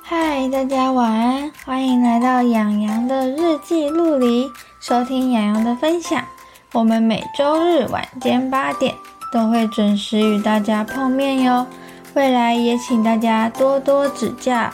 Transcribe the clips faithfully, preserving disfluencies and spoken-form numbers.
嗨，大家晚安，欢迎来到养羊的日记录里，收听养羊的分享。我们每周日晚间八点都会准时与大家碰面哟，未来也请大家多多指教。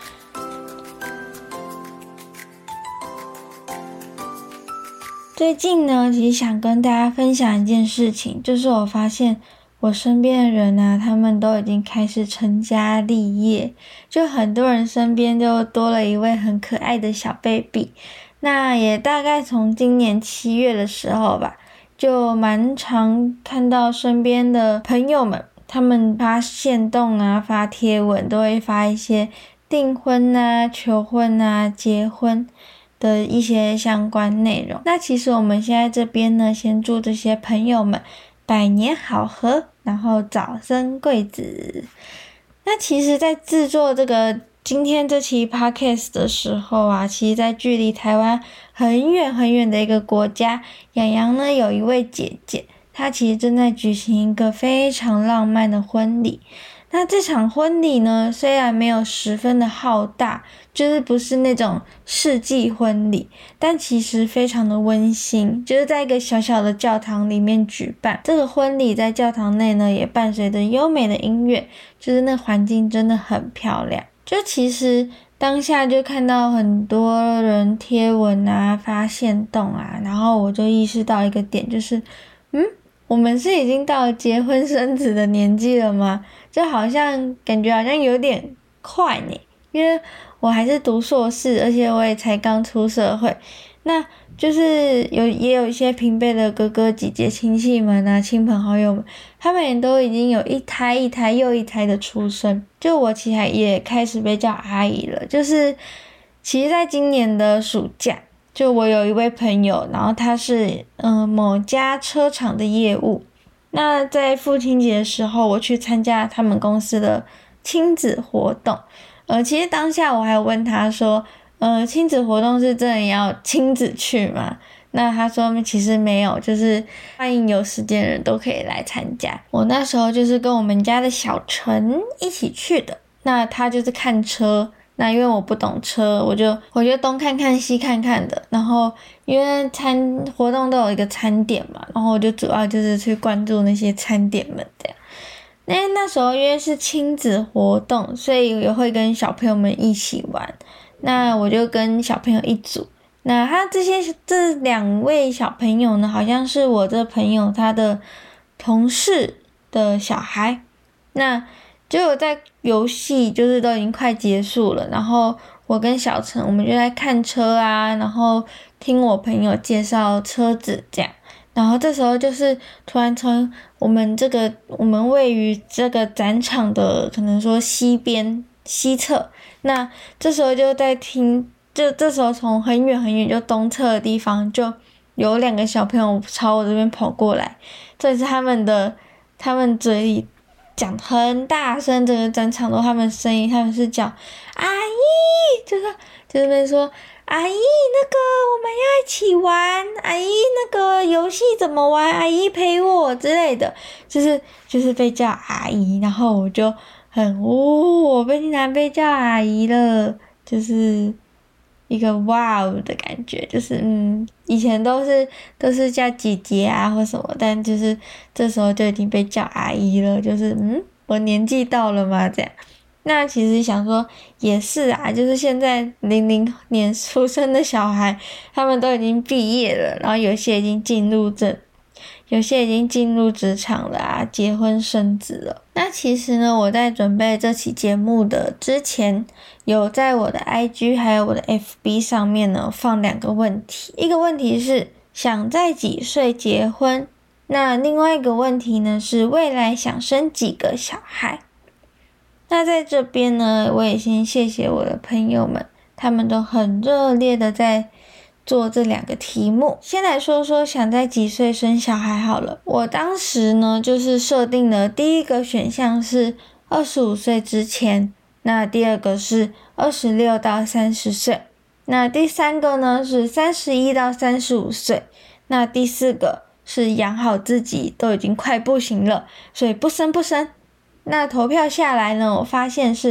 最近呢，其实想跟大家分享一件事情，就是我发现我身边的人啊，他们都已经开始成家立业，就很多人身边就多了一位很可爱的小 baby。那也大概从今年七月的时候吧，就蛮常看到身边的朋友们，他们发限动啊，发贴文，都会发一些订婚啊、求婚啊、结婚的一些相关内容。那其实我们现在这边呢，先祝这些朋友们百年好合，然后早生贵子。那其实在制作这个今天这期 podcast 的时候啊，其实在距离台湾很远很远的一个国家，养羊呢有一位姐姐，她其实正在举行一个非常浪漫的婚礼。那这场婚礼呢，虽然没有十分的浩大，就是不是那种世纪婚礼，但其实非常的温馨，就是在一个小小的教堂里面举办。这个婚礼在教堂内呢，也伴随着优美的音乐，就是那环境真的很漂亮。就其实当下就看到很多人贴文啊，发限动啊，然后我就意识到一个点，就是嗯我们是已经到了结婚生子的年纪了吗？就好像感觉好像有点快呢，因为我还是读硕士，而且我也才刚出社会。那就是有也有一些平辈的哥哥姐姐亲戚们啊，亲朋好友们，他们也都已经有一胎一胎又一胎的出生。就我其实也开始被叫阿姨了，就是其实在今年的暑假，就我有一位朋友，然后他是嗯、呃、某家车厂的业务。那在父亲节的时候，我去参加他们公司的亲子活动。呃，其实当下我还问他说，呃，亲子活动是真的要亲子去吗？那他说其实没有，就是欢迎有时间的人都可以来参加。我那时候就是跟我们家的小陈一起去的，那他就是看车。那因为我不懂车，我就我就东看看西看看的，然后因为餐活动都有一个餐点嘛，然后我就主要就是去关注那些餐点们这样。那那时候因为是亲子活动，所以也会跟小朋友们一起玩。那我就跟小朋友一组。那他这些这两位小朋友呢，好像是我这朋友他的同事的小孩。那结果在游戏就是都已经快结束了，然后我跟小陈我们就在看车啊，然后听我朋友介绍车子这样。然后这时候就是突然从我们这个我们位于这个展场的可能说西边西侧，那这时候就在听，就这时候从很远很远就东侧的地方就有两个小朋友朝我这边跑过来，这是他们的他们嘴里讲很大声，整个展场都他们声音，他们是叫阿姨，就是就是那边说阿姨，那个我们要一起玩，阿姨那个游戏怎么玩，阿姨陪我之类的，就是就是被叫阿姨，然后我就很哦，我被竟然被叫阿姨了，就是一个哇哦的感觉，就是嗯，以前都是都是叫姐姐啊或什么，但就是这时候就已经被叫阿姨了，就是嗯，我年纪到了吗？这样。那其实想说也是啊，就是现在零零年出生的小孩，他们都已经毕业了，然后有些已经进入这。有些已经进入职场了啊，结婚生子了。那其实呢，我在准备这期节目的之前，有在我的 I G 还有我的 F B 上面呢放两个问题。一个问题是想在几岁结婚，那另外一个问题呢是未来想生几个小孩。那在这边呢，我也先谢谢我的朋友们，他们都很热烈的在做这两个题目。先来说说想在几岁生小孩好了。我当时呢就是设定的第一个选项是二十五岁之前，那第二个是二十六到三十岁，那第三个呢是三十一到三十五岁，那第四个是养好自己都已经快不行了，所以不生不生。那投票下来呢，我发现是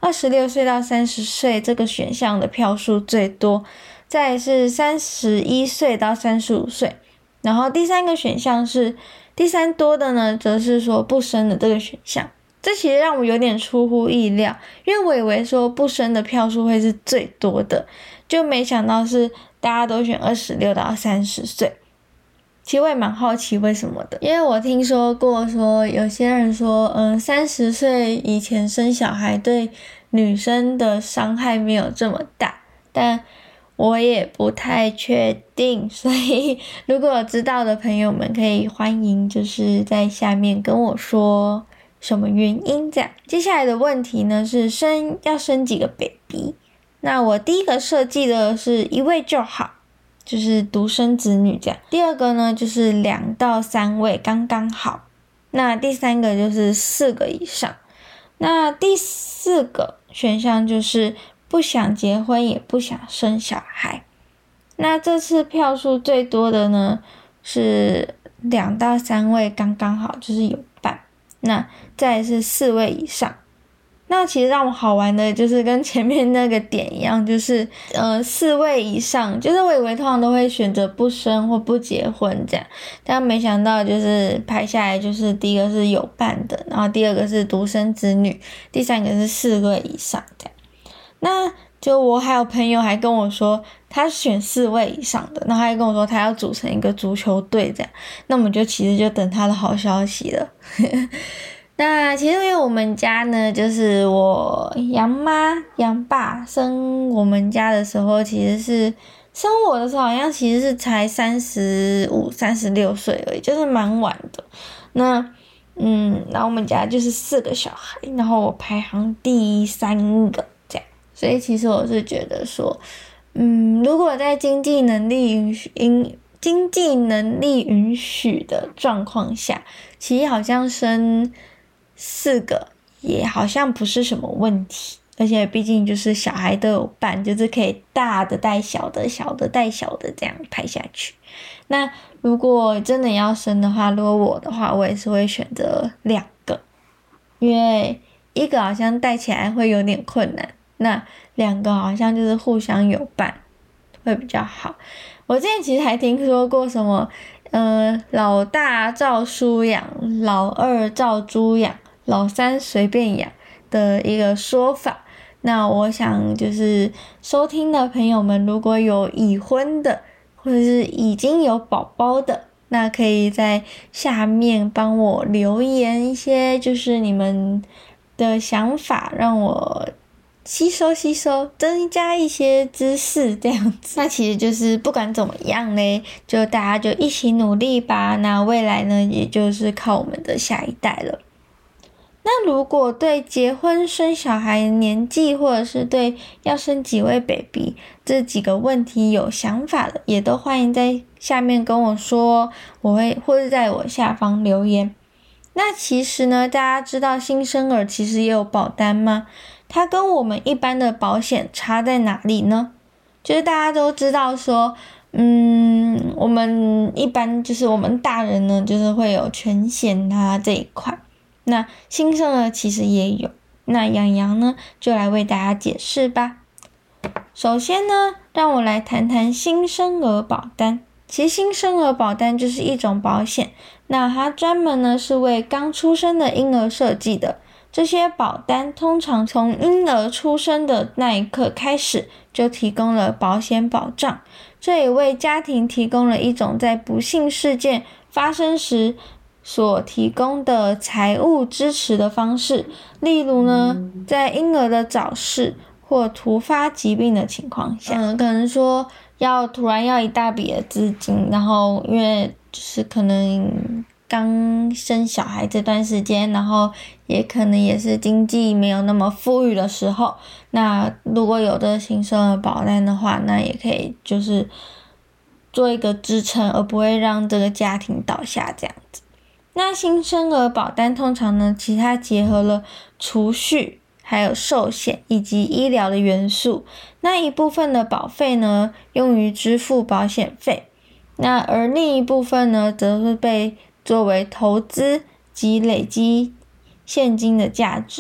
二十六岁到三十岁这个选项的票数最多，再来是三十一岁到三十五岁，然后第三个选项是第三多的呢，则是说不生的这个选项。这其实让我有点出乎意料，因为我以为说不生的票数会是最多的，就没想到是大家都选二十六到三十岁。其实我也蛮好奇为什么的，因为我听说过说有些人说，嗯，三十岁以前生小孩对女生的伤害没有这么大，但我也不太确定，所以如果有知道的朋友们可以欢迎就是在下面跟我说什么原因这样。接下来的问题呢是生要生几个 baby， 那我第一个设计的是一位就好，就是独生子女这样。第二个呢就是两到三位刚刚好，那第三个就是四个以上，那第四个选项就是不想结婚也不想生小孩。那这次票数最多的呢是两到三位刚刚好，就是有伴，那再来是四位以上。那其实让我好玩的就是跟前面那个点一样，就是呃四位以上，就是我以为通常都会选择不生或不结婚这样，但没想到就是排下来就是第一个是有伴的，然后第二个是独生子女，第三个是四位以上这样。那就我还有朋友还跟我说他选四位以上的，然后他还跟我说他要组成一个足球队这样，那我们就其实就等他的好消息了。那其实因为我们家呢，就是我杨妈杨爸生我们家的时候，其实是生我的时候好像其实是才三十五、三十六岁而已，就是蛮晚的。那嗯，然后我们家就是四个小孩，然后我排行第三个这样，所以其实我是觉得说，嗯，如果在经济能力允许、因经济能力允许的状况下，其实好像生四个也好像不是什么问题，而且毕竟就是小孩都有伴，就是可以大的带小的，小的带小的这样排下去。那如果真的要生的话，如果我的话，我也是会选择两个，因为一个好像带起来会有点困难，那两个好像就是互相有伴会比较好。我之前其实还听说过什么呃，老大照书养，老二照猪养，老三随便养的一个说法。那我想就是收听的朋友们，如果有已婚的或者是已经有宝宝的，那可以在下面帮我留言一些就是你们的想法，让我吸收吸收，增加一些知识这样子。那其实就是不管怎么样嘞，就大家就一起努力吧，那未来呢也就是靠我们的下一代了。那如果对结婚生小孩年纪，或者是对要生几位 baby 这几个问题有想法的，也都欢迎在下面跟我说，我会或者在我下方留言。那其实呢，大家知道新生儿其实也有保单吗？它跟我们一般的保险差在哪里呢？就是大家都知道说，嗯，我们一般就是我们大人呢，就是会有全险啊这一块。那新生儿其实也有，那洋洋呢就来为大家解释吧。首先呢，让我来谈谈新生儿保单。其实新生儿保单就是一种保险，那它专门呢是为刚出生的婴儿设计的。这些保单通常从婴儿出生的那一刻开始就提供了保险保障，这也为家庭提供了一种在不幸事件发生时所提供的财务支持的方式。例如呢，在婴儿的早逝或突发疾病的情况下，嗯，可能说要突然要一大笔的资金，然后因为就是可能刚生小孩这段时间，然后也可能也是经济没有那么富裕的时候，那如果有的新生儿保单的话，那也可以就是做一个支撑，而不会让这个家庭倒下这样子。那新生儿保单通常呢，其实它结合了储蓄还有寿险以及医疗的元素，那一部分的保费呢用于支付保险费，那而另一部分呢则是被作为投资及累积现金的价值，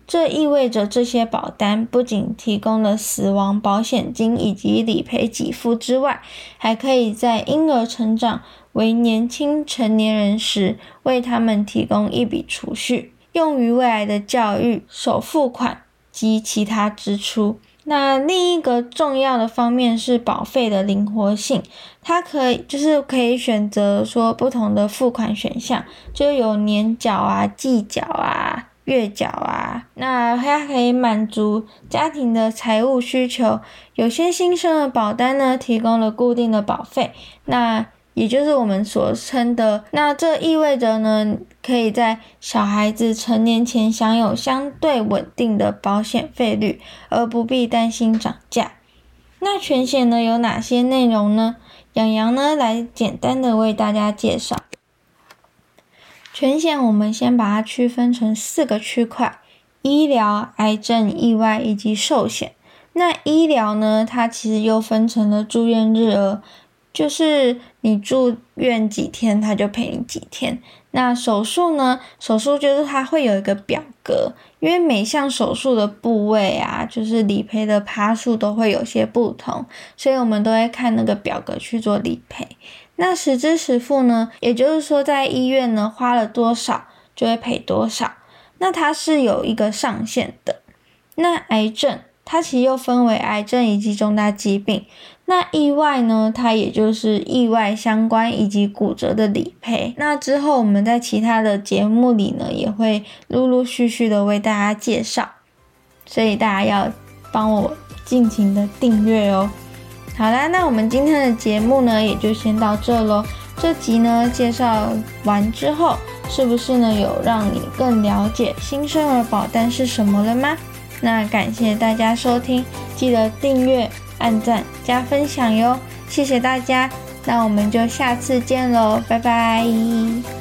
这意味着这些保单不仅提供了死亡保险金以及理赔给付之外，还可以在婴儿成长为年轻成年人时，为他们提供一笔储蓄，用于未来的教育、首付款及其他支出。那另一个重要的方面是保费的灵活性，它可以就是可以选择说不同的付款选项，就有年缴啊、季缴啊、月缴啊，那它可以满足家庭的财务需求。有些新生儿保单呢提供了固定的保费，那也就是我们所称的，那这意味着呢，可以在小孩子成年前享有相对稳定的保险费率，而不必担心涨价。那全险呢有哪些内容呢？洋洋呢来简单的为大家介绍。全险我们先把它区分成四个区块：医疗、癌症、意外以及寿险。那医疗呢，它其实又分成了住院日额，就是你住院几天，他就赔你几天。那手术呢？手术就是它会有一个表格，因为每项手术的部位啊，就是理赔的趴数都会有些不同，所以我们都会看那个表格去做理赔。那实支实付呢？也就是说在医院呢花了多少就会赔多少，那它是有一个上限的。那癌症它其实又分为癌症以及重大疾病。那意外呢，它也就是意外相关以及骨折的理赔。那之后我们在其他的节目里呢，也会陆陆续续的为大家介绍，所以大家要帮我尽情的订阅哦。好啦，那我们今天的节目呢，也就先到这咯。这集呢介绍完之后，是不是呢有让你更了解新生儿保单是什么了吗？那感谢大家收听，记得订阅、按赞、加分享哟，谢谢大家，那我们就下次见咯，拜拜。